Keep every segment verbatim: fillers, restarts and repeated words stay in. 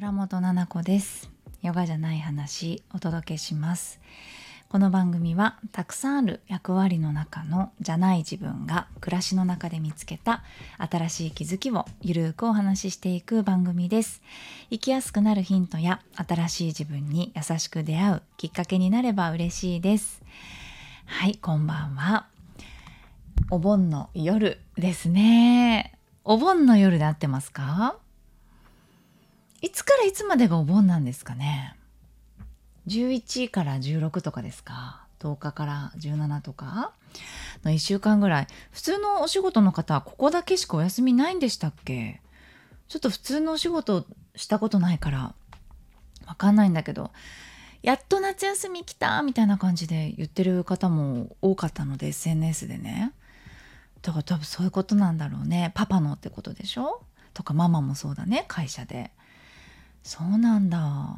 倉本々子です。ヨガじゃない話お届けします。この番組はたくさんある役割の中のじゃない自分が暮らしの中で見つけた新しい気づきをゆるくお話ししていく番組です。生きやすくなるヒントや新しい自分に優しく出会うきっかけになれば嬉しいです。はい、こんばんは。お盆の夜ですね。お盆の夜で合ってますか？いつからいつまでがお盆なんですかね。じゅういちからじゅうろくとかですか。とおかからじゅうしちとかのいっしゅうかんぐらい。普通のお仕事の方はここだけしかお休みないんでしたっけ？ちょっと普通のお仕事したことないからわかんないんだけど、やっと夏休み来たみたいな感じで言ってる方も多かったので エスエヌエス でね。だから多分そういうことなんだろうね。パパのってことでしょ？とかママもそうだね、会社で。そうなんだ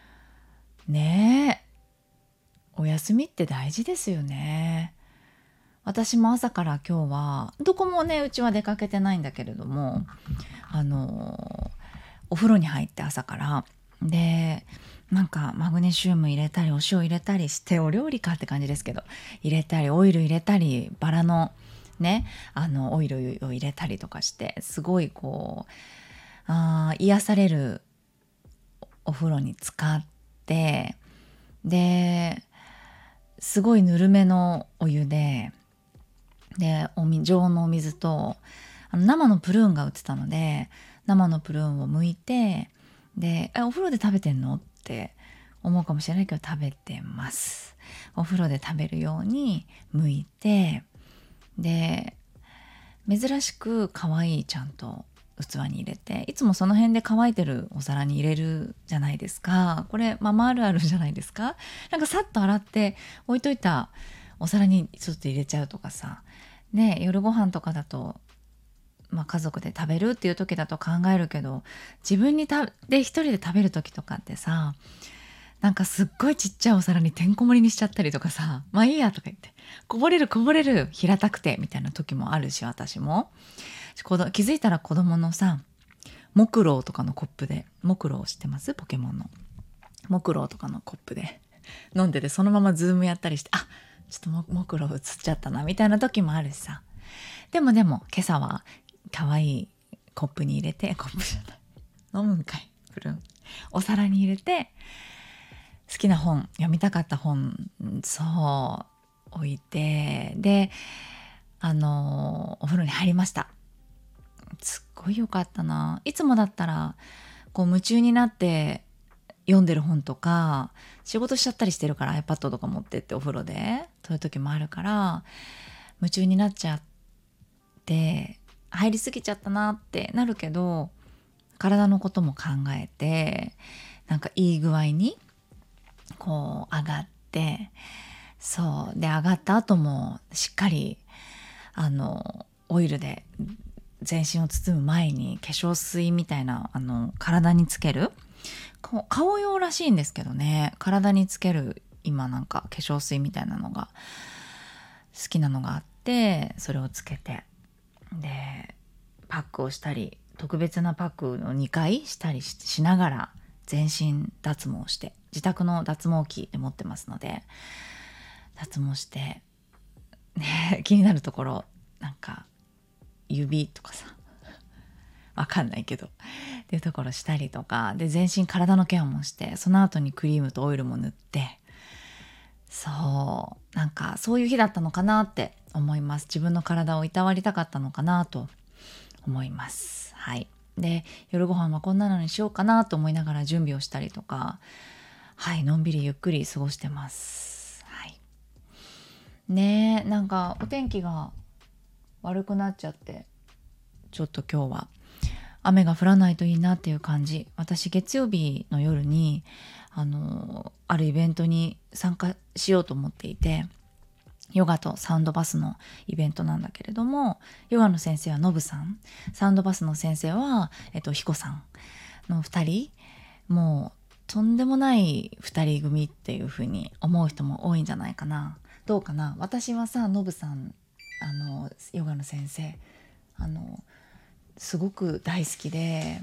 ねえ。お休みって大事ですよね。私も朝から今日はどこもね、うちは出かけてないんだけれども、あのお風呂に入って朝からで、なんかマグネシウム入れたりお塩入れたりして、お料理かって感じですけど、入れたりオイル入れたりバラのねあのオイルを入れたりとかして、すごいこうあ癒されるお風呂に浸かって、ですごいぬるめのお湯ででおみ常温のお水とあの生のプルーンが売ってたので、生のプルーンを剥いて、でえお風呂で食べてんのって思うかもしれないけど、食べてます。お風呂で食べるように剥いて、で珍しく可愛いちゃんと器に入れて、いつもその辺で乾いてるお皿に入れるじゃないですか。これママあるあるじゃないですか。なんかさっと洗って置いといたお皿にちょっと入れちゃうとかさね。夜ご飯とかだと、まあ、家族で食べるっていう時だと考えるけど、自分にたで一人で食べる時とかってさ、なんかすっごいちっちゃいお皿にてんこ盛りにしちゃったりとかさ、まあいいやとか言って、こぼれるこぼれる平たくてみたいな時もあるし、私も気づいたら子供のさ木狼とかのコップで、木狼知ってます？ポケモンの木狼とかのコップで飲んでて、そのままズームやったりして、あ、ちょっと木狼映っちゃったなみたいな時もあるしさ。でもでも今朝は可愛いコップに入れて、コップじゃない飲むんかいプルンお皿に入れて、好きな本、読みたかった本そう置いて、であのお風呂に入りました。すっごい良かったな。いつもだったらこう夢中になって読んでる本とか、仕事しちゃったりしてるから iPad とか持ってってお風呂でそういう時もあるから、夢中になっちゃって入りすぎちゃったなってなるけど、体のことも考えて、なんかいい具合にこう上がって、そうで上がった後もしっかりあのオイルで全身を包む前に化粧水みたいな、あの体につける顔用らしいんですけどね、体につける今なんか化粧水みたいなのが好きなのがあって、それをつけて、でパックをしたり、特別なパックをにかいしたり し, しながら全身脱毛して、自宅の脱毛器で持ってますので脱毛して、ね、気になるところなんか指とかさ、わかんないけどっていうところしたりとかで、全身体のケアもして、その後にクリームとオイルも塗って、そうなんかそういう日だったのかなって思います。自分の体をいたわりたかったのかなと思います。はい。で夜ご飯はこんなのにしようかなと思いながら準備をしたりとか、はいのんびりゆっくり過ごしてます。はいねえ、なんかお天気が悪くなっちゃって、ちょっと今日は雨が降らないといいなっていう感じ。私月曜日の夜にあのあるイベントに参加しようと思っていて、ヨガとサウンドバスのイベントなんだけれども、ヨガの先生はノブさん、サウンドバスの先生は、えっと、ヒコさんのふたり、もうとんでもないふたり組っていう風に思う人も多いんじゃないかな。どうかな。私はさ、ノブさん、あのヨガの先生、あのすごく大好きで、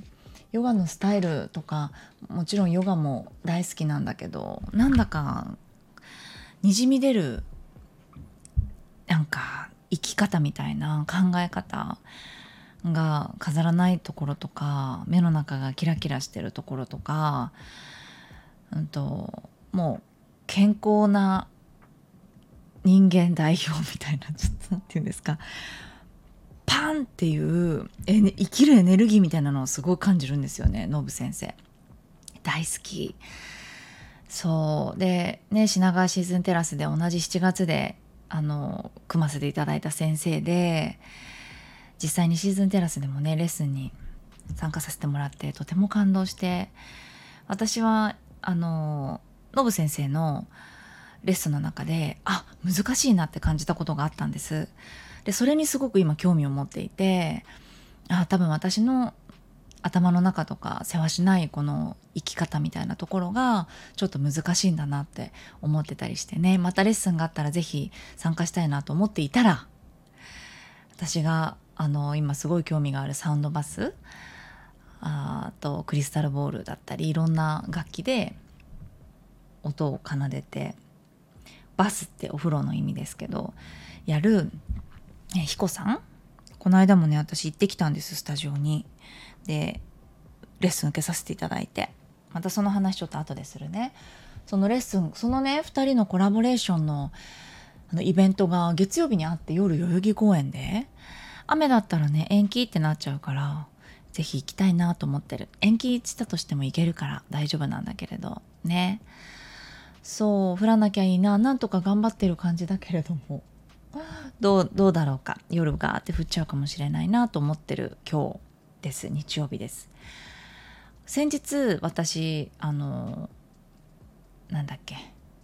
ヨガのスタイルとかもちろんヨガも大好きなんだけど、なんだかにじみ出るなんか生き方みたいな考え方が飾らないところとか、目の中がキラキラしてるところとか、うんともう健康な人間代表みたいな、ちょっとなんていうんですか、パンっていうえ、ね、生きるエネルギーみたいなのをすごい感じるんですよね、ノブ先生。大好き。そうでね、品川シーズンテラスで同じしちがつであの組ませていただいた先生で、実際にシーズンテラスでもねレッスンに参加させてもらってとても感動して、私はあのノブ先生のレッスンの中であ難しいなって感じたことがあったんです。でそれにすごく今興味を持っていて、あ多分私の頭の中とか世話しないこの生き方みたいなところがちょっと難しいんだなって思ってたりしてね、またレッスンがあったらぜひ参加したいなと思っていたら、私があの今すごい興味があるサウンドバス、あとクリスタルボールだったりいろんな楽器で音を奏でて、バスってお風呂の意味ですけどやるえひこさん、この間もね私行ってきたんです、スタジオに。でレッスン受けさせていただいて、またその話ちょっと後でするね。そのレッスン、そのねふたりのコラボレーションのあのイベントが月曜日にあって、夜代々木公園で、雨だったらね延期ってなっちゃうからぜひ行きたいなと思ってる。延期したとしても行けるから大丈夫なんだけれどね。そう降らなきゃいいな、なんとか頑張ってる感じだけれども、どう、どうだろうか、夜ガーって降っちゃうかもしれないなと思ってる今日です。日曜日です。先日私あのなんだっけ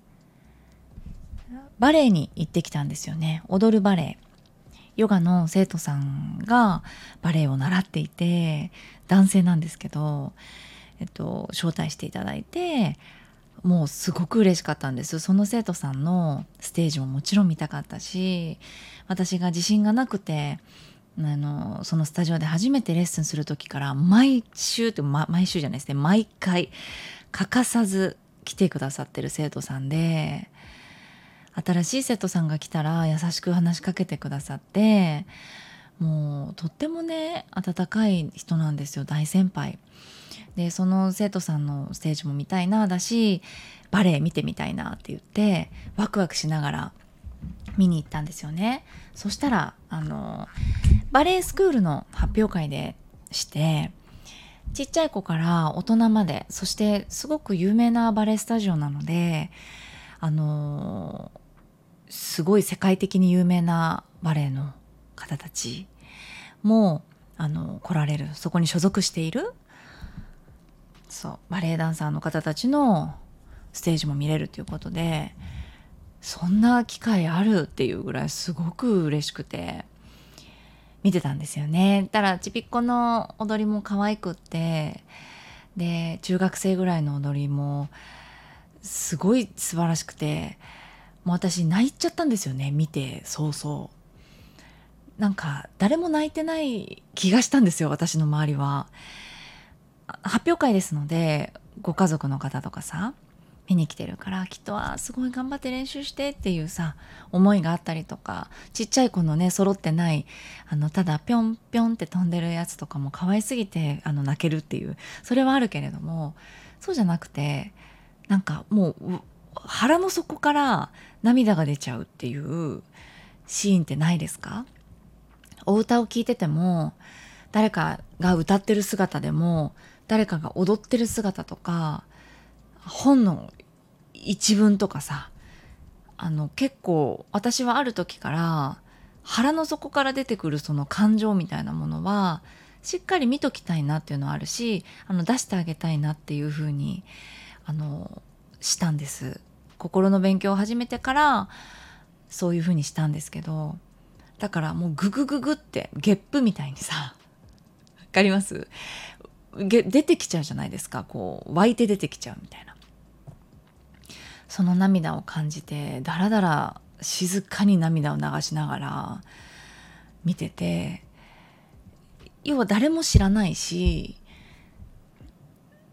バレエに行ってきたんですよね。踊るバレエ、ヨガの生徒さんがバレエを習っていて、男性なんですけど、えっと、招待していただいて、もうすごく嬉しかったんです。その生徒さんのステージももちろん見たかったし、私が自信がなくてあのそのスタジオで初めてレッスンする時から毎週って、ま、毎週じゃないですね、毎回欠かさず来てくださってる生徒さんで、新しい生徒さんが来たら優しく話しかけてくださって、もうとってもね温かい人なんですよ、大先輩で。その生徒さんのステージも見たいな、だしバレエ見てみたいなって言ってワクワクしながら見に行ったんですよね。そしたらあのバレエスクールの発表会でして、ちっちゃい子から大人まで、そしてすごく有名なバレエスタジオなので、あのすごい世界的に有名なバレエの方たちもあの来られる、そこに所属しているそうバレエダンサーの方たちのステージも見れるということで、そんな機会あるっていうぐらいすごく嬉しくて見てたんですよね。ただちびっこの踊りも可愛くって、で中学生ぐらいの踊りもすごい素晴らしくて、もう私泣いちゃったんですよね、見てそうそう。なんか誰も泣いてない気がしたんですよ、私の周りは。発表会ですのでご家族の方とかさ見に来てるから、きっとはすごい頑張って練習してっていうさ思いがあったりとか、ちっちゃい子のね揃ってないあのただぴょんぴょんって飛んでるやつとかも可愛すぎてあの泣けるっていう、それはあるけれども、そうじゃなくてなんかもう腹の底から涙が出ちゃうっていうシーンってないですか？お歌を聴いてても、誰かが歌ってる姿でも、誰かが踊ってる姿とか、本の一文とかさ、あの結構私はある時から腹の底から出てくるその感情みたいなものはしっかり見ときたいなっていうのはあるし、あの出してあげたいなっていう風にあのしたんです。心の勉強を始めてからそういう風にしたんですけど、だからもうググググってゲップみたいにさ、わかります？げ出てきちゃうじゃないですか、こう湧いて出てきちゃうみたいな。その涙を感じてだらだら静かに涙を流しながら見てて、要は誰も知らないし、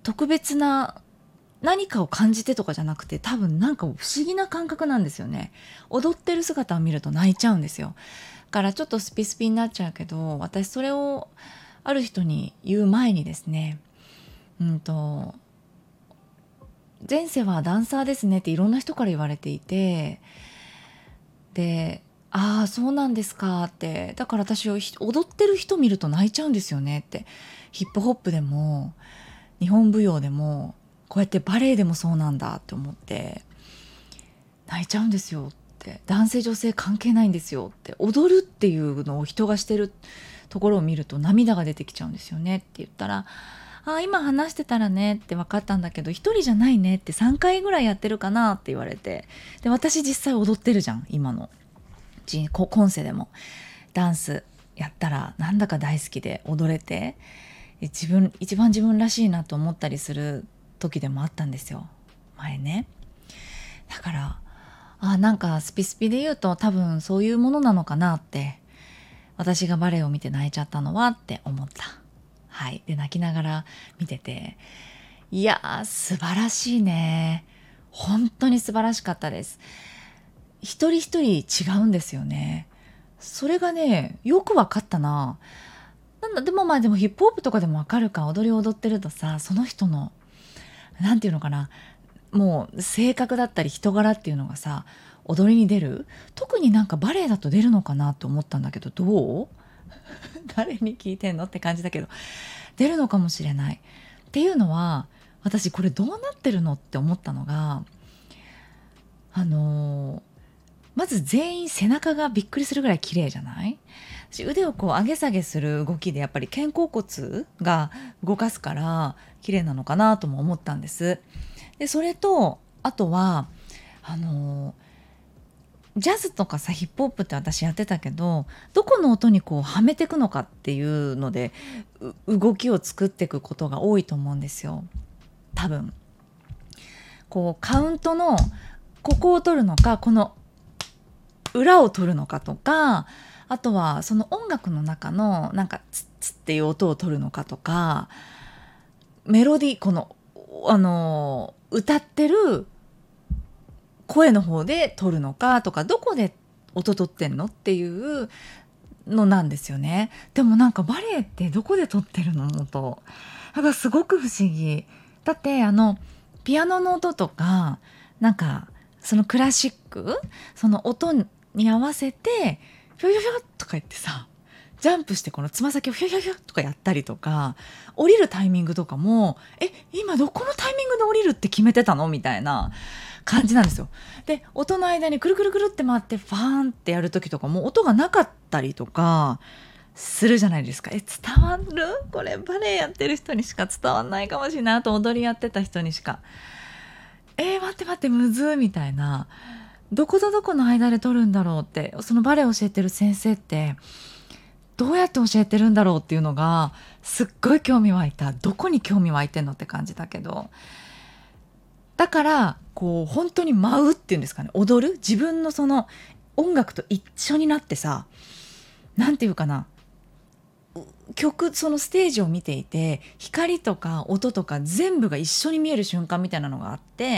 特別な何かを感じてとかじゃなくて、多分なんか不思議な感覚なんですよね。踊ってる姿を見ると泣いちゃうんですよ。だからちょっとスピスピになっちゃうけど、私それをある人に言う前にですね、うんと前世はダンサーですねっていろんな人から言われていて、で、ああそうなんですかって、だから私踊ってる人見ると泣いちゃうんですよねって。ヒップホップでも日本舞踊でもこうやってバレエでもそうなんだって思って泣いちゃうんですよって、男性女性関係ないんですよって、踊るっていうのを人がしてるところを見ると涙が出てきちゃうんですよねって言ったら、あ今話してたらねって分かったんだけど一人じゃないねってさんかいぐらいやってるかなって言われて、で私実際踊ってるじゃん、今の今世でもダンスやったらなんだか大好きで踊れて、自分一番自分らしいなと思ったりする時でもあったんですよ前ね。だからあなんかスピスピで言うと多分そういうものなのかなって、私がバレエを見て泣いちゃったのはって思った。はい。で泣きながら見てて、いやー素晴らしいね、本当に素晴らしかったです。一人一人違うんですよね。それがねよく分かったな。なんだでもまあでもヒップホップとかでも分かるか、踊り踊ってるとさ、その人のなんていうのかな、もう性格だったり人柄っていうのがさ踊りに出る。特になんかバレエだと出るのかなと思ったんだけど、どう誰に聞いてんのって感じだけど出るのかもしれない。っていうのは私これどうなってるのって思ったのが、あのーまず全員背中がびっくりするぐらい綺麗じゃない？私腕をこう上げ下げする動きでやっぱり肩甲骨が動かすから綺麗なのかなとも思ったんです。でそれとあとはあのジャズとかさヒップホップって私やってたけど、どこの音にこうはめていくのかっていうので動きを作っていくことが多いと思うんですよ多分。こうカウントのここを取るのか、この裏を取るのかとか、あとはその音楽の中のなんかツッツッっていう音を取るのかとか、メロディーこのあの歌ってる声の方で取るのかとか、どこで音取ってんのっていうのなんですよね。でもなんかバレエってどこで取ってるの音、だからすごく不思議だって、あのピアノの音とかなんかそのクラシックその音に合わせてひょひょひょとか言ってさ、ジャンプしてこのつま先をひょひょひょとかやったりとか、降りるタイミングとかもえ今どこのタイミングで降りるって決めてたのみたいな感じなんですよ。で音の間にくるくるくるって回ってファーンってやる時とかも音がなかったりとかするじゃないですか。え伝わる？これバレエやってる人にしか伝わんないかもしれない。あと踊りやってた人にしか、えー、待って待ってむずーみたいな、どことどこの間で撮るんだろうって、そのバレエ教えてる先生ってどうやって教えてるんだろうっていうのがすっごい興味湧いた。どこに興味湧いてんのって感じだけど、だからこう本当に舞うっていうんですかね、踊る自分のその音楽と一緒になってさ、なんていうかな、曲そのステージを見ていて光とか音とか全部が一緒に見える瞬間みたいなのがあって、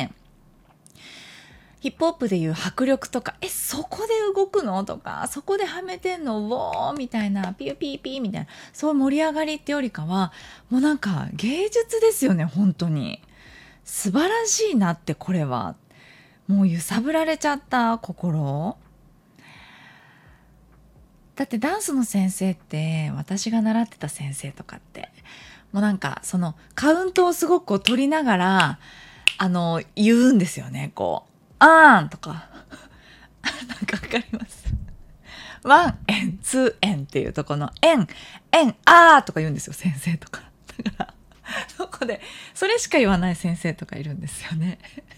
ヒップホップでいう迫力とか、えそこで動くのとか、そこではめてんのウォーみたいな、ピューピーピーみたいな、そういう盛り上がりってよりかはもうなんか芸術ですよね。本当に素晴らしいなって、これはもう揺さぶられちゃった心。だってダンスの先生って私が習ってた先生とかってもうなんかそのカウントをすごくこう取りながらあの言うんですよね。こうあーんとかなんかわかります？ワン円ツー円っていうとこの円円あーとか言うんですよ先生とか。だからそこでそれしか言わない先生とかいるんですよね。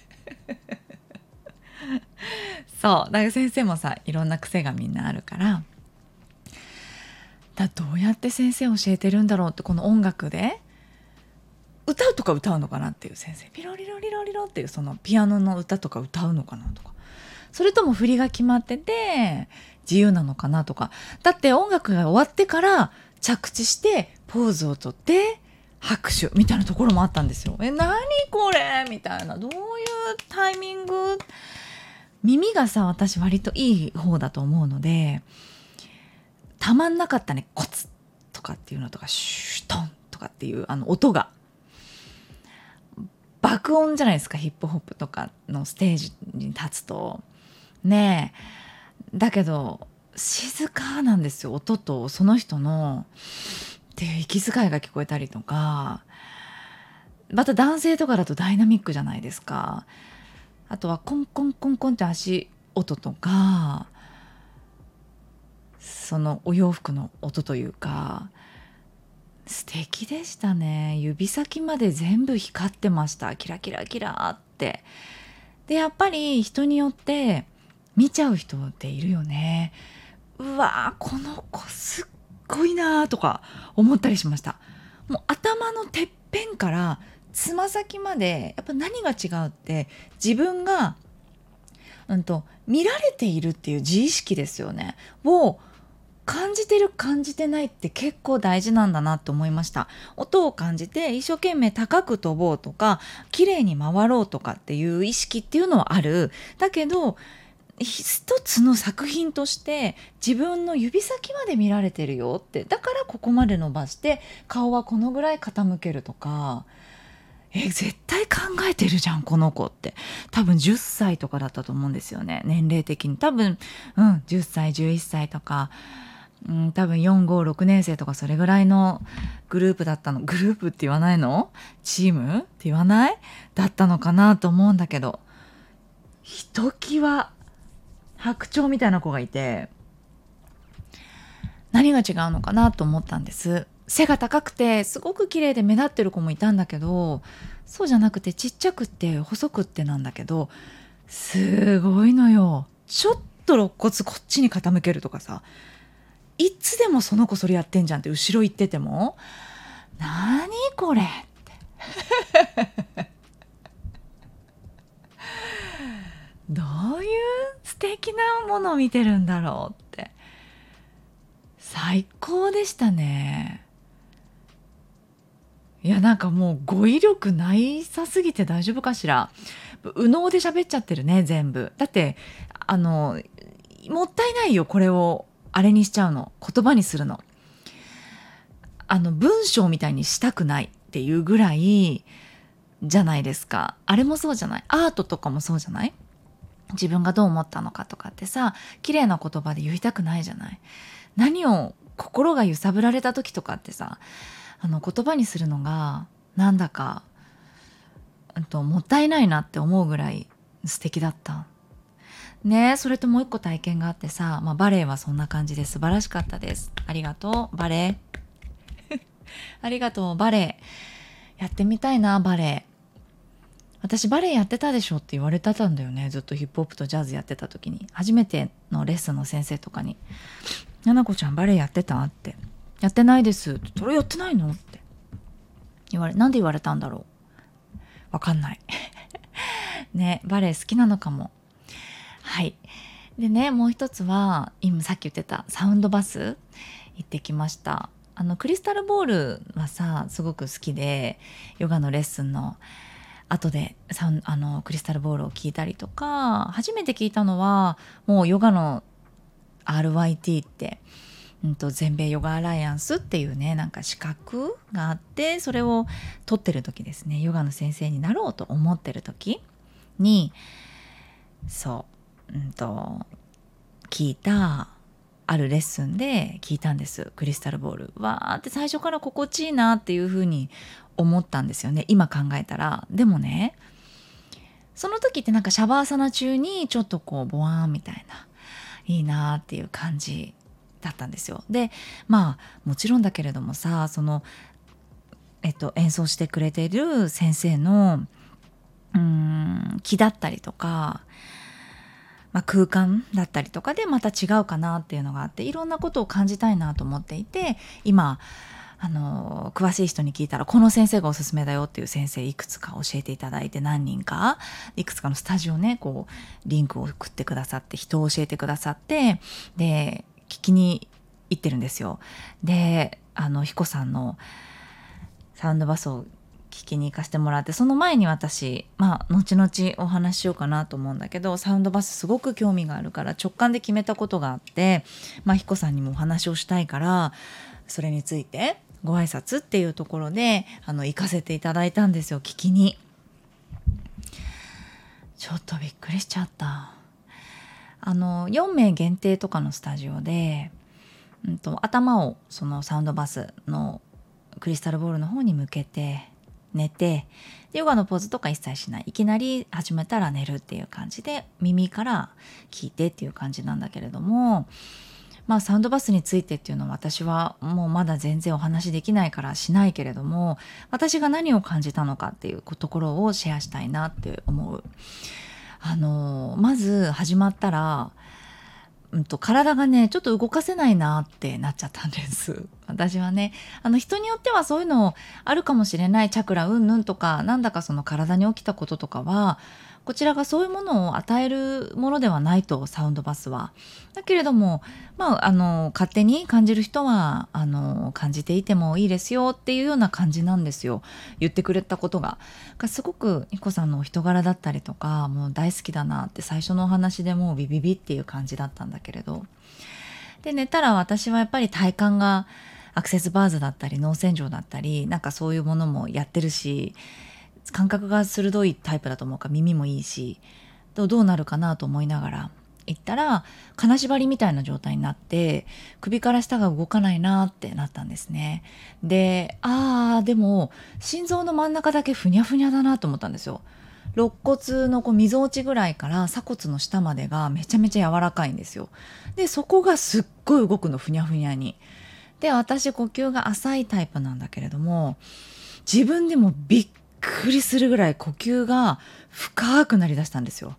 そうだから先生もさいろんな癖がみんなあるから、だどうやって先生教えてるんだろうって、この音楽で歌うとか歌うのかなっていう先生、ピロリロリロリロっていうそのピアノの歌とか歌うのかなとか、それとも振りが決まってて自由なのかなとか。だって音楽が終わってから着地してポーズをとって拍手みたいなところもあったんですよ。え、何これみたいな、どういうタイミング。耳がさ、私割といい方だと思うので、たまんなかったね。コツとかっていうのとか、シュートンとかっていうあの音が爆音じゃないですか、ヒップホップとかのステージに立つとね。えだけど静かなんですよ。音とその人のっていう息遣いが聞こえたりとか、また男性とかだとダイナミックじゃないですか。あとはコンコンコンコンって足音とか、そのお洋服の音というか、素敵でしたね。指先まで全部光ってました。キラキラキラって。でやっぱり人によって見ちゃう人っているよね。うわー、この子すっごいなとか思ったりしました。もう頭のてっぺんからつま先までやっぱ何が違うって、自分が、うん、と見られているっていう自意識ですよねを感じてる感じてないって結構大事なんだなと思いました。音を感じて一生懸命高く飛ぼうとか綺麗に回ろうとかっていう意識っていうのはある。だけど一つの作品として自分の指先まで見られてるよって、だからここまで伸ばして顔はこのぐらい傾けるとか、え絶対考えてるじゃんこの子って。多分じゅっさいとかだったと思うんですよね、年齢的に。多分うんじゅっさいじゅういっさいとか、うん、多分よんごろくねん生とかそれぐらいのグループだったの。グループって言わないの？チームって言わない？だったのかなと思うんだけど、ひときわ白鳥みたいな子がいて、何が違うのかなと思ったんです。背が高くてすごく綺麗で目立ってる子もいたんだけど、そうじゃなくてちっちゃくって細くってなんだけど、すごいのよ。ちょっと肋骨こっちに傾けるとかさ、いつでもその子それやってんじゃんって後ろ行ってても、何これってどういう素敵なものを見てるんだろうって。最高でしたね。いやなんかもう語彙力ないさすぎて大丈夫かしら。右脳で喋っちゃってるね全部。だってあのもったいないよ、これをあれにしちゃうの、言葉にするの。あの文章みたいにしたくないっていうぐらいじゃないですか。あれもそうじゃない？アートとかもそうじゃない？自分がどう思ったのかとかってさ、綺麗な言葉で言いたくないじゃない。何を心が揺さぶられた時とかってさ、あの言葉にするのがなんだか、うんと、もったいないなって思うぐらい素敵だったね。それともう一個体験があってさ、まあ、バレエはそんな感じで素晴らしかったです。ありがとうバレエありがとうバレエ。やってみたいなバレエ。私バレエやってたでしょって言われてたんだよね、ずっとヒップホップとジャズやってた時に。初めてのレッスンの先生とかに「ななこちゃんバレエやってた？」って「やってないです」って「それやってないの？」って言われ、なんで言われたんだろう、わかんないね。バレエ好きなのかも。はい。でね、もう一つは今さっき言ってたサウンドバス行ってきました。あのクリスタルボールはさすごく好きで、ヨガのレッスンの後でサウンあのクリスタルボールを聞いたりとか、初めて聞いたのはもうヨガの アールワイティー って、うんと、全米ヨガアライアンスっていうね、なんか資格があって、それを取ってる時ですね、ヨガの先生になろうと思ってる時に、そう、うんと、聞いたあるレッスンで聞いたんです。クリスタルボールわーって最初から心地いいなっていう風に思ったんですよね、今考えたら。でもね、その時ってなんかシャバーサナ中にちょっとこうボワーンみたいな、いいなっていう感じだったんですよ。でまあもちろんだけれどもさ、そのえっと演奏してくれている先生のうーん気だったりとか、まあ、空間だったりとかでまた違うかなっていうのがあって、いろんなことを感じたいなと思っていて、今あの詳しい人に聞いたらこの先生がおすすめだよっていう先生いくつか教えていただいて、何人かいくつかのスタジオね、こうリンクを送ってくださって、人を教えてくださって、で聞きに行ってるんですよ。であの彦さんのサウンドバスを聞きに行かせてもらって、その前に私まあ後々お話ししようかなと思うんだけど、サウンドバスすごく興味があるから直感で決めたことがあって、まあ彦さんにもお話をしたいから、それについてご挨拶っていうところであの行かせていただいたんですよ、聞きに。ちょっとびっくりしちゃった。あのよんめい限定とかのスタジオで、うんと、頭をそのサウンドバスのクリスタルボールの方に向けて寝て、でヨガのポーズとか一切しない、いきなり始めたら寝るっていう感じで耳から聞いてっていう感じなんだけれども、まあサウンドバスについてっていうのは私はもうまだ全然お話できないからしないけれども、私が何を感じたのかっていうところをシェアしたいなって思う。あのまず始まったら、うんと、体がねちょっと動かせないなってなっちゃったんです。私はね、あの人によってはそういうのあるかもしれない、チャクラうんぬんとか、なんだかその体に起きたこととかはこちらがそういうものを与えるものではないと、サウンドバスは。だけれども、まあ、あの勝手に感じる人はあの感じていてもいいですよっていうような感じなんですよ、言ってくれたことが。すごくニコさんのお人柄だったりとか、もう大好きだなって最初のお話でもうビビビっていう感じだったんだけれど、で寝たら私はやっぱり体幹がアクセスバーズだったり脳洗浄だったり、なんかそういうものもやってるし、感覚が鋭いタイプだと思うから耳もいいし、どうどうなるかなと思いながら行ったら、金縛りみたいな状態になって首から下が動かないなってなったんですね。で、あーでも心臓の真ん中だけふにゃふにゃだなと思ったんですよ。肋骨のこうみぞおちぐらいから鎖骨の下までがめちゃめちゃ柔らかいんですよ。でそこがすっごい動くの、ふにゃふにゃに。で私呼吸が浅いタイプなんだけれども、自分でもびっくりするぐらい呼吸が深くなりだしたんですよ。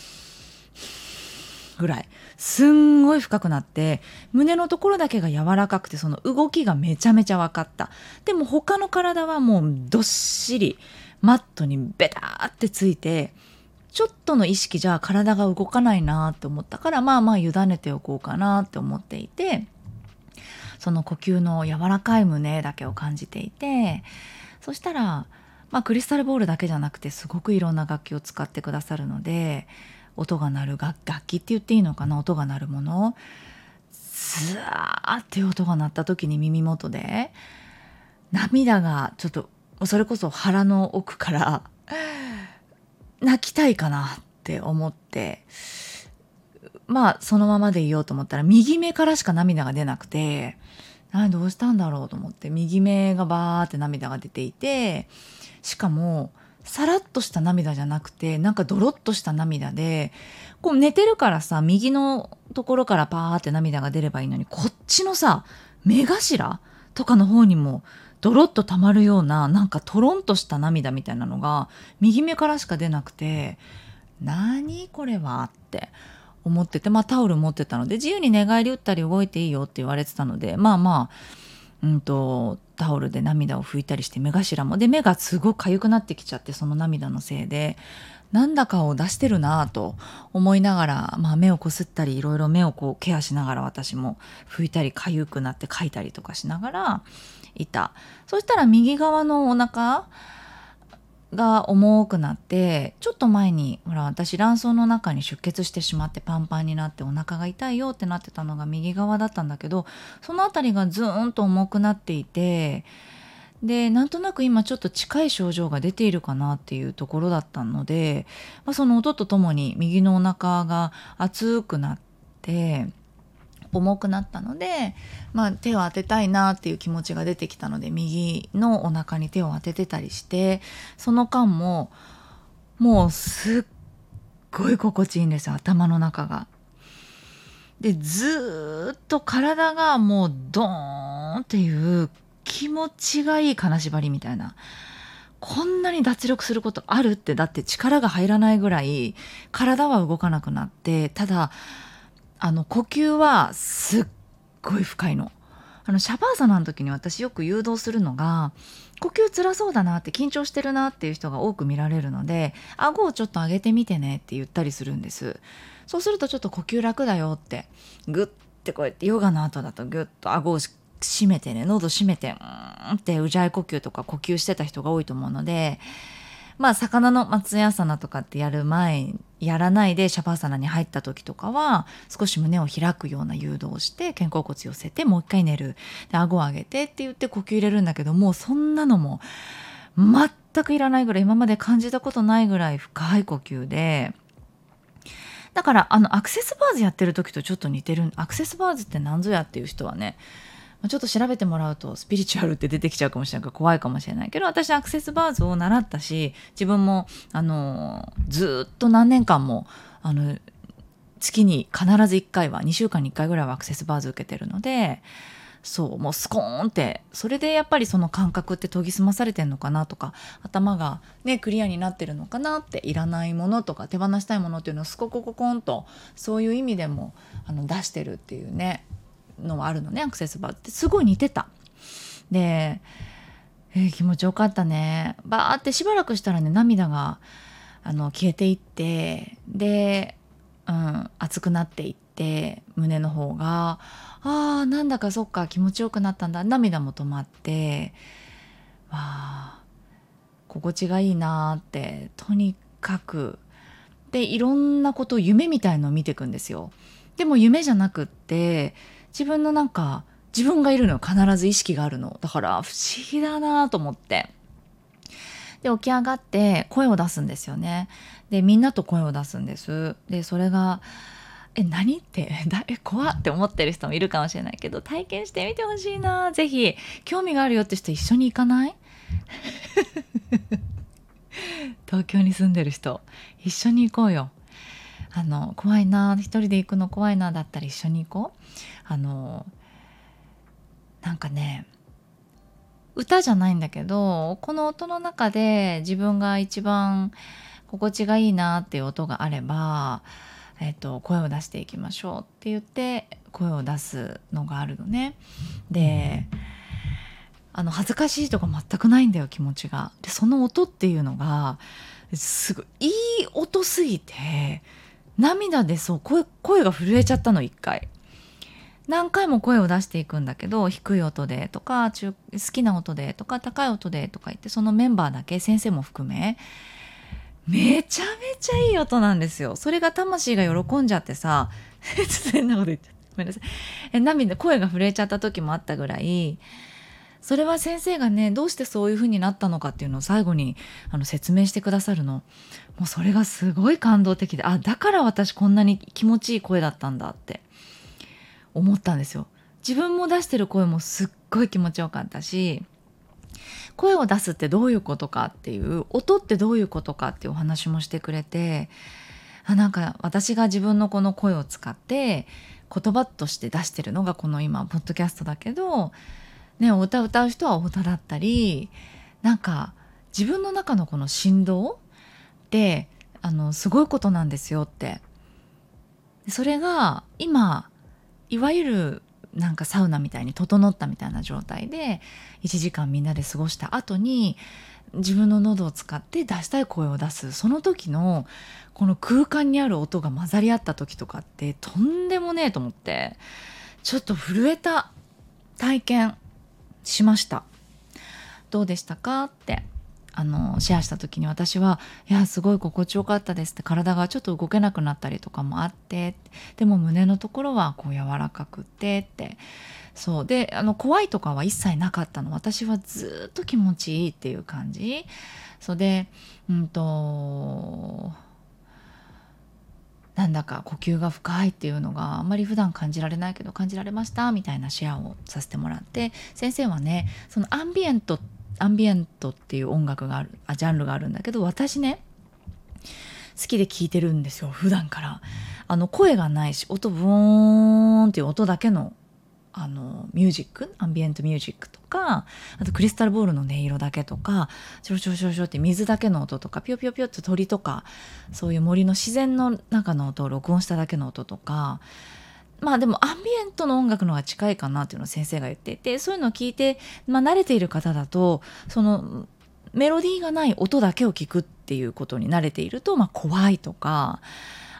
ぐらいすんごい深くなって、胸のところだけが柔らかくて、その動きがめちゃめちゃ分かった。でも他の体はもうどっしりマットにベターってついて、ちょっとの意識じゃ体が動かないなって思ったから、まあまあ委ねておこうかなって思っていて、その呼吸の柔らかい胸だけを感じていて、そしたらまあクリスタルボールだけじゃなくてすごくいろんな楽器を使ってくださるので、音が鳴る楽楽器って言っていいのかな、音が鳴るもの、ズワーっていう音が鳴った時に耳元で涙がちょっと、それこそ腹の奥から泣きたいかなって思って、まあそのままでいようと思ったら右目からしか涙が出なくて、あどうしたんだろうと思って、右目がバーって涙が出ていて、しかもさらっとした涙じゃなくて、なんかドロッとした涙で、こう寝てるからさ、右のところからパーって涙が出ればいいのに、こっちのさ目頭とかの方にもドロッと溜まるような、なんかトロンとした涙みたいなのが右目からしか出なくて、何これはって思ってて、まあタオル持ってたので自由に寝返り打ったり動いていいよって言われてたので、まあまあうんとタオルで涙を拭いたりして、目頭もで目がすごく痒くなってきちゃって、その涙のせいでなんだかを出してるなと思いながら、まあ、目をこすったりいろいろ目をこうケアしながら、私も拭いたり痒くなってかいたりとかしながらいた。そしたら右側のお腹が重くなって、ちょっと前にほら私卵巣の中に出血してしまってパンパンになってお腹が痛いよってなってたのが右側だったんだけど、そのあたりがズーンと重くなっていて、でなんとなく今ちょっと近い症状が出ているかなっていうところだったので、まあ、その音とともに右のお腹が熱くなって重くなったので、まあ、手を当てたいなっていう気持ちが出てきたので、右のお腹に手を当ててたりして、その間ももうすっごい心地いいんですよ、頭の中が。でずーっと体がもうドーンっていう気持ちがいい金縛りみたいな、こんなに脱力することあるって、だって力が入らないぐらい体は動かなくなって、ただあの呼吸はすっごい深いの。あのシャバーサナの時に私よく誘導するのが、呼吸辛そうだなって、緊張してるなっていう人が多く見られるので、顎をちょっと上げてみてねって言ったりするんです。そうするとちょっと呼吸楽だよって、グッてこうやってヨガの後だとグッと顎を閉めてね、喉閉めてうーんってうじゃい呼吸とか呼吸してた人が多いと思うので、まあ魚の松ヤサナとかってやる前やらないでシャバーサナに入った時とかは少し胸を開くような誘導をして肩甲骨寄せてもう一回寝る、で顎を上げてって言って呼吸入れるんだけど、もうそんなのも全くいらないぐらい、今まで感じたことないぐらい深い呼吸で、だからあのアクセスバーズやってる時とちょっと似てる。アクセスバーズって何ぞやっていう人はね、ちょっと調べてもらうとスピリチュアルって出てきちゃうかもしれないから怖いかもしれないけど、私アクセスバーズを習ったし、自分もあのずっと何年間もあの月に必ずいっかいはにしゅうかんにいっかいぐらいはアクセスバーズ受けてるので、そうもうスコーンって、それでやっぱりその感覚って研ぎ澄まされてんのかなとか、頭がねクリアになってるのかなって、いらないものとか手放したいものっていうのをスココココンとそういう意味でもあの出してるっていうねのはあるのね。アクセスバーってすごい似てた。で、えー気持ちよかったね。バーってしばらくしたらね涙があの消えていって、で、うん、熱くなっていって、胸の方があーなんだかそっか気持ちよくなったんだ、涙も止まって、わあ心地がいいなって、とにかくでいろんなことを夢みたいのを見ていくんですよ。でも夢じゃなくって自分のなんか自分がいるのよ、必ず意識があるのだから不思議だなと思って、で起き上がって声を出すんですよね。でみんなと声を出すんです。でそれがえ何ってだえ怖って思ってる人もいるかもしれないけど、体験してみてほしいな。ぜひ興味があるよって人一緒に行かない東京に住んでる人一緒に行こうよ。あの怖いな、一人で行くの怖いなだったら一緒に行こう。あのなんかね歌じゃないんだけど、この音の中で自分が一番心地がいいなっていう音があれば、えっと、声を出していきましょうって言って声を出すのがあるのね。であの恥ずかしいとか全くないんだよ、気持ちが。でその音っていうのがすごいいい音すぎて、涙でそう 声, 声が震えちゃったの。一回何回も声を出していくんだけど、低い音でとか中好きな音でとか高い音でとか言って、そのメンバーだけ先生も含めめちゃめちゃいい音なんですよ。それが魂が喜んじゃってさちょっと変なこと言っちゃった、ごめんなさい。え涙声が震えちゃった時もあったぐらい、それは先生がねどうしてそういう風になったのかっていうのを最後にあの説明してくださるの。もうそれがすごい感動的で、あだから私こんなに気持ちいい声だったんだって思ったんですよ。自分も出してる声もすっごい気持ちよかったし、声を出すってどういうことかっていう、音ってどういうことかっていうお話もしてくれて、あなんか私が自分のこの声を使って言葉として出してるのがこの今ポッドキャストだけど、ね、お歌歌う人はお歌だったり、なんか自分の中のこの振動ってあのすごいことなんですよって。それが今いわゆるなんかサウナみたいに整ったみたいな状態でいちじかんみんなで過ごした後に自分の喉を使って出したい声を出す、その時のこの空間にある音が混ざり合った時とかってとんでもねえと思って、ちょっと震えた体験しました。どうでしたかってあのシェアした時に、私はいやすごい心地よかったですって、体がちょっと動けなくなったりとかもあって、でも胸のところはこう柔らかくてって、そうであの怖いとかは一切なかったの。私はずっと気持ちいいっていう感じ。そうでうんとなんだか呼吸が深いっていうのがあんまり普段感じられないけど感じられましたみたいなシェアをさせてもらって、先生はねそのアンビエントアンビエントっていう音楽があるあジャンルがあるんだけど、私ね好きで聴いてるんですよ普段から。あの声がないし音ブーンっていう音だけのあのミュージック、アンビエントミュージックとか、あとクリスタルボールの音色だけとか、ちょろちょろちょろちょろって水だけの音とか、ピヨピヨピヨって鳥とか、そういう森の自然の中の音を録音しただけの音とか、まあでもアンビエントの音楽の方が近いかなっていうのを先生が言っていて、そういうのを聞いて、まあ、慣れている方だとそのメロディーがない音だけを聞くっていうことに慣れていると、まあ、怖いとか、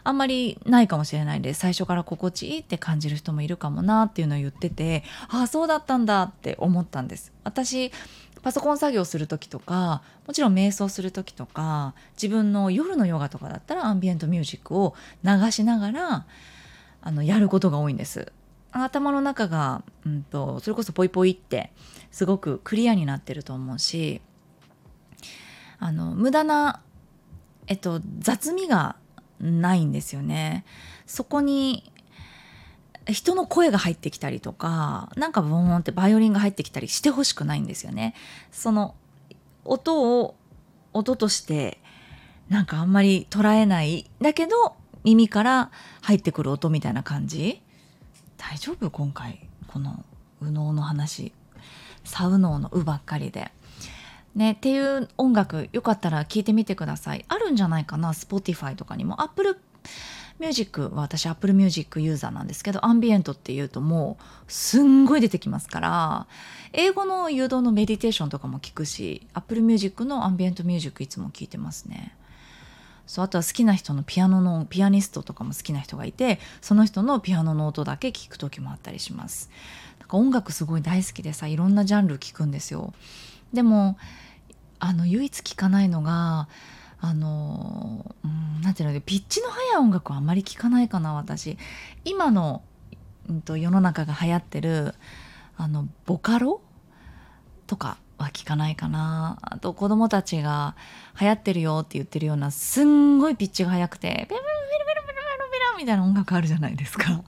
あんまりないかもしれないで、最初から心地いいって感じる人もいるかもなっていうのを言ってて、ああそうだったんだって思ったんです。私パソコン作業する時とか、もちろん瞑想する時とか、自分の夜のヨガとかだったらアンビエントミュージックを流しながらあのやることが多いんです。頭の中が、うんと、それこそポイポイってすごくクリアになってると思うし、あの無駄な、えっと、雑味がないんですよね。そこに人の声が入ってきたりとか、なんかボーンってバイオリンが入ってきたりしてほしくないんですよね。その音を音としてなんかあんまり捉えないだけど、耳から入ってくる音みたいな感じ。大丈夫？今回この右脳の話、左右脳の右ばっかりでねっていう音楽、よかったら聞いてみてください。あるんじゃないかな、 Spotify とかにも。 Apple Music は私 Apple Music ユーザーなんですけど、アンビエントっていうともうすんごい出てきますから、英語の誘導のメディテーションとかも聞くし、 Apple Music のアンビエントミュージックいつも聞いてますね。そう、あとは好きな人のピアノのピアニストとかも好きな人がいて、その人のピアノの音だけ聞く時もあったりします。なんか音楽すごい大好きでさ、いろんなジャンル聞くんですよ。でもあの唯一聞かないのが、あの、うん、なんていうの、ピッチの速い音楽はあんまり聞かないかな私。今の、うんと、世の中が流行ってるあのボカロとかは聞かないかな。あと子供たちが流行ってるよって言ってるようなすんごいピッチが速くてベルベルベルベルベルベルベルみたいな音楽あるじゃないですか。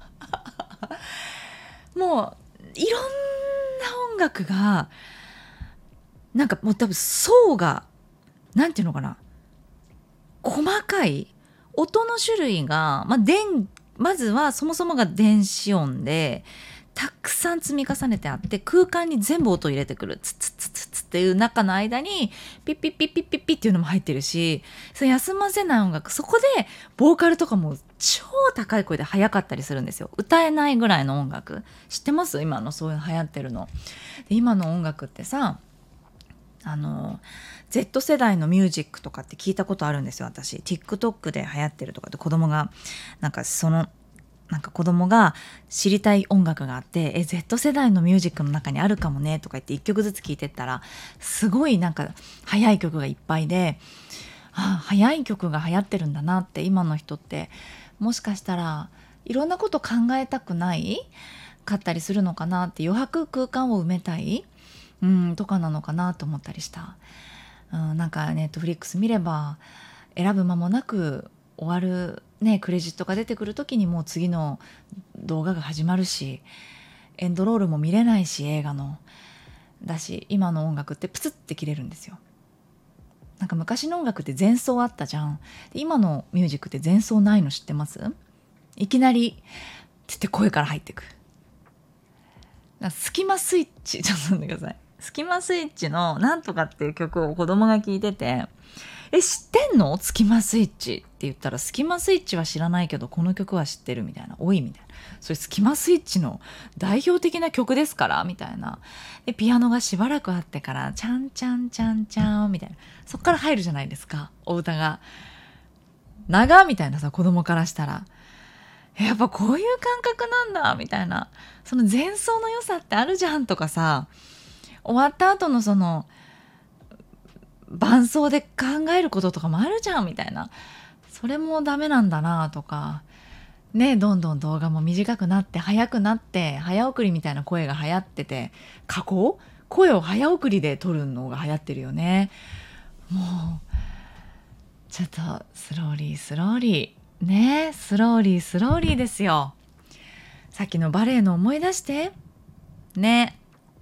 もういろんな音楽がなんかもう多分層がなんていうのかな、細かい音の種類が、まあ、電まずはそもそもが電子音でたくさん積み重ねてあって、空間に全部音を入れてくるツツツツツっていう中の間にピッピッピッピッピッピッっていうのも入ってるし、それ休ませない音楽、そこでボーカルとかも超高い声で速かったりするんですよ。歌えないぐらいの音楽知ってます？今のそういう流行ってるので、今の音楽ってさ、あの Z 世代のミュージックとかって聞いたことあるんですよ。私 TikTok で流行ってるとかで、子供がなんかそのなんか子供が知りたい音楽があって、え Z 世代のミュージックの中にあるかもねとか言っていっきょくずつ聞いてったら、すごいなんか速い曲がいっぱいで、あ、速い曲が流行ってるんだなって。今の人ってもしかしたらいろんなこと考えたくないかったりするのかなって、余白空間を埋めたい、うん、とかなのかなと思ったりした。うん、なんかネットフリックス見れば選ぶ間もなく終わるね、クレジットが出てくる時にもう次の動画が始まるし、エンドロールも見れないし、映画のだし、今の音楽ってプツって切れるんですよ。なんか昔の音楽って前奏あったじゃん。で今のミュージックって前奏ないの知ってます？いきなりつって声から入ってくる。スキマスイッチ、ちょっと待ってください。スキマスイッチのなんとかっていう曲を子供が聴いてて、え知ってんのスキマスイッチって言ったら、スキマスイッチは知らないけどこの曲は知ってるみたいな、おいみたいな、それスキマスイッチの代表的な曲ですからみたいな。でピアノがしばらくあってからチャンチャンチャンチャンみたいな、そっから入るじゃないですか、お歌が。長みたいなさ、子供からしたらやっぱこういう感覚なんだみたいな、その前奏の良さってあるじゃんとかさ、終わった後のその伴奏で考えることとかもあるじゃんみたいな、それもダメなんだなとかね。どんどん動画も短くなって速くなって、早送りみたいな声が流行ってて、加工声を早送りで撮るのが流行ってるよね。もうちょっとスローリースローリーね、スローリースローリーですよ。さっきのバレエの思い出してね。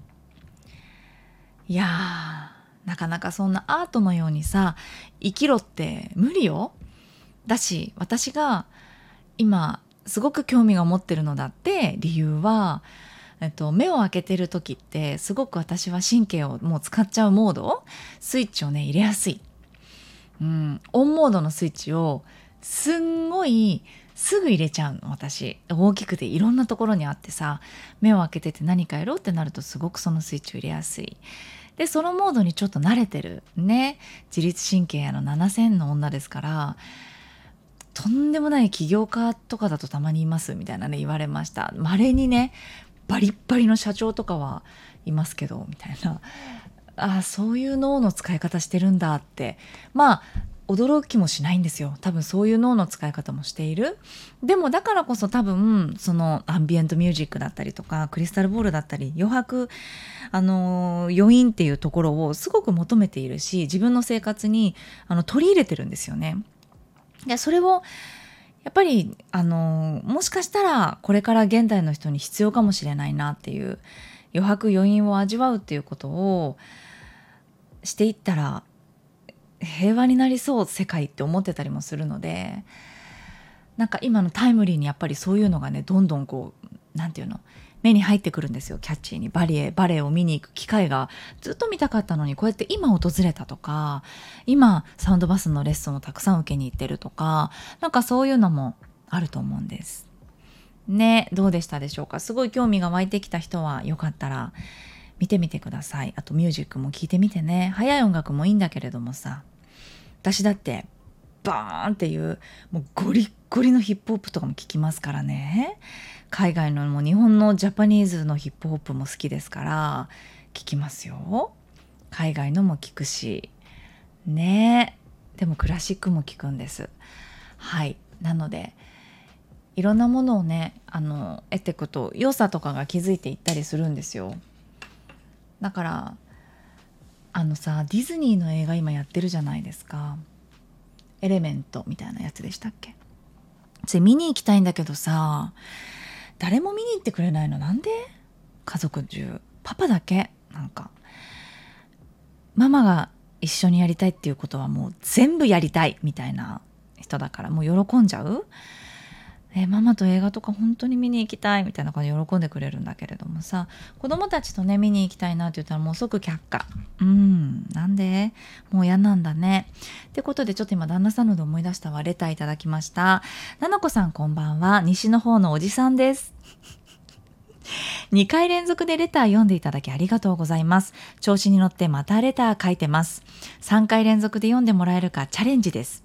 いやー、なかなかそんなアートのようにさ生きろって無理よ。だし私が今すごく興味が持ってるのだって理由は、えっと、目を開けてる時ってすごく私は神経をもう使っちゃうモード、スイッチをね入れやすい、うん、オンモードのスイッチをすんごいすぐ入れちゃうの。私大きくていろんなところにあってさ、目を開けてて何かやろうってなるとすごくそのスイッチを入れやすい。でそのモードにちょっと慣れてるね。自律神経やのななせんの女ですから、 とんでもない起業家とかだとたまにいますみたいなね言われました。稀にねバリッバリの社長とかはいますけどみたいな、あ、そういう脳の使い方してるんだって、まあ驚きもしないんですよ。多分そういう脳の使い方もしている。でもだからこそ多分そのアンビエントミュージックだったりとかクリスタルボールだったり余白、あの余韻っていうところをすごく求めているし、自分の生活にあの取り入れてるんですよね。でそれをやっぱりあのもしかしたらこれから現代の人に必要かもしれないなっていう、余白余韻を味わうっていうことをしていったら平和になりそう世界って思ってたりもするので、なんか今のタイムリーにやっぱりそういうのがねどんどんこうなんていうの目に入ってくるんですよ。キャッチーにバレエバレエを見に行く機会がずっと見たかったのに、こうやって今訪れたとか、今サウンドバスのレッスンをたくさん受けに行ってるとか、なんかそういうのもあると思うんですね。どうでしたでしょうか。すごい興味が湧いてきた人はよかったら見てみてください。あとミュージックも聴いてみてね。早い音楽もいいんだけれどもさ、私だってバーンっていうもうゴリッゴリのヒップホップとかも聴きますからね。海外のも日本のジャパニーズのヒップホップも好きですから聴きますよ。海外のも聴くしね。でもクラシックも聴くんです。はい。なのでいろんなものをねあの得ていくと良さとかが気づいていったりするんですよ。だからあのさ、ディズニーの映画今やってるじゃないですか。エレメントみたいなやつでしたっけ。それ見に行きたいんだけどさ、誰も見に行ってくれないの。なんで？家族中パパだけ。なんかママが一緒にやりたいっていうことはもう全部やりたいみたいな人だから、もう喜んじゃう。えママと映画とか本当に見に行きたいみたいな感じで喜んでくれるんだけれどもさ、子供たちとね見に行きたいなって言ったらもう即却下。うんなんでもう嫌なんだねってことで、ちょっと今旦那さんので思い出したわ。レターいただきました。ななこさんこんばんは。西の方のおじさんですにかい連続でレター読んでいただきありがとうございます。調子に乗ってまたレター書いてます。さんかい連続で読んでもらえるかチャレンジです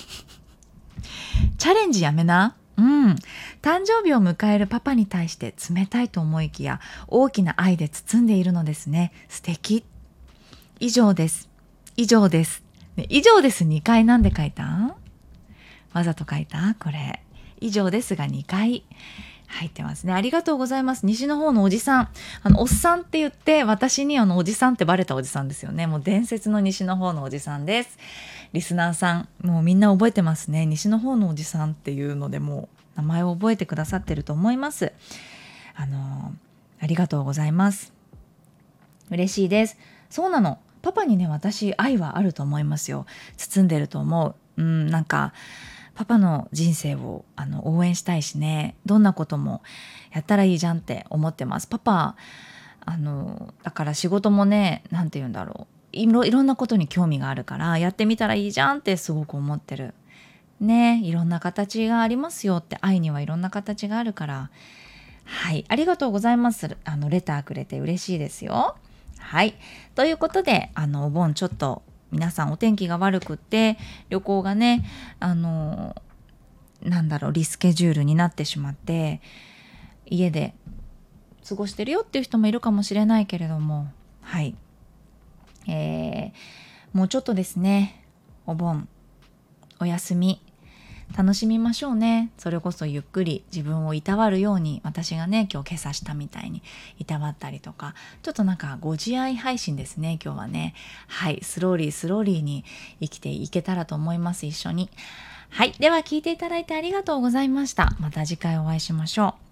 チャレンジやめな。うん、誕生日を迎えるパパに対して冷たいと思いきや大きな愛で包んでいるのですね。素敵。以上です以上です、ね、以上ですにかいなんで書いた？わざと書いた？これ以上ですがにかい入ってますね。ありがとうございます。西の方のおじさん、あのおっさんって言って私にあのおじさんってバレたおじさんですよね。もう伝説の西の方のおじさんです。リスナーさんもうみんな覚えてますね。西の方のおじさんっていうのでもう名前を覚えてくださってると思います。あのありがとうございます。嬉しいです。そうなの、パパにね私愛はあると思いますよ。包んでると思う。うんなんかパパの人生をあの応援したいしね、どんなこともやったらいいじゃんって思ってます。パパあのだから仕事もね、なんて言うんだろう、いろいろんなことに興味があるからやってみたらいいじゃんってすごく思ってるね。いろんな形がありますよって、愛にはいろんな形があるから。はい、ありがとうございます。あのレターくれて嬉しいですよ。はい、ということであのお盆ちょっと皆さんお天気が悪くって旅行がねあのなんだろうリスケジュールになってしまって家で過ごしてるよっていう人もいるかもしれないけれども、はい、えー、もうちょっとですね、お盆お休み楽しみましょうね。それこそゆっくり自分をいたわるように、私がね今日今朝したみたいにいたわったりとか、ちょっとなんかご自愛配信ですね今日はね。はい、スローリースローリーに生きていけたらと思います。一緒に。はい、では聞いていただいてありがとうございました。また次回お会いしましょう。